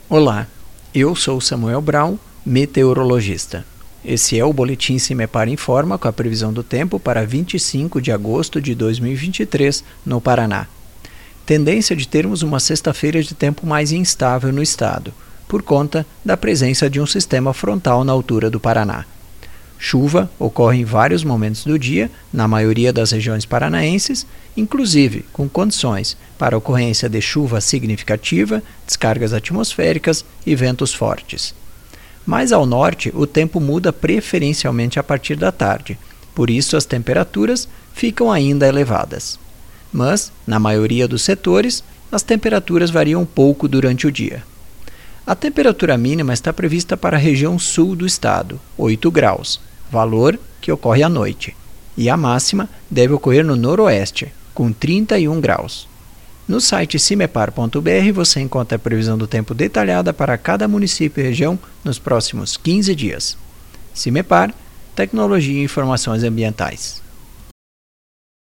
Olá, eu sou Samuel Brown, meteorologista. Esse é o Boletim CIMEPAR Informa com a previsão do tempo para 25 de agosto de 2023 no Paraná. Tendência de termos uma sexta-feira de tempo mais instável no estado, por conta da presença de um sistema frontal na altura do Paraná. Chuva ocorre em vários momentos do dia, na maioria das regiões paranaenses, inclusive com condições para a ocorrência de chuva significativa, descargas atmosféricas e ventos fortes. Mais ao norte, o tempo muda preferencialmente a partir da tarde, por isso as temperaturas ficam ainda elevadas. Mas, na maioria dos setores, as temperaturas variam pouco durante o dia. A temperatura mínima está prevista para a região sul do estado, 8 graus, valor que ocorre à noite, e a máxima deve ocorrer no noroeste, com 31 graus. No site cimepar.br você encontra a previsão do tempo detalhada para cada município e região nos próximos 15 dias. CIMEPAR, Tecnologia e Informações Ambientais.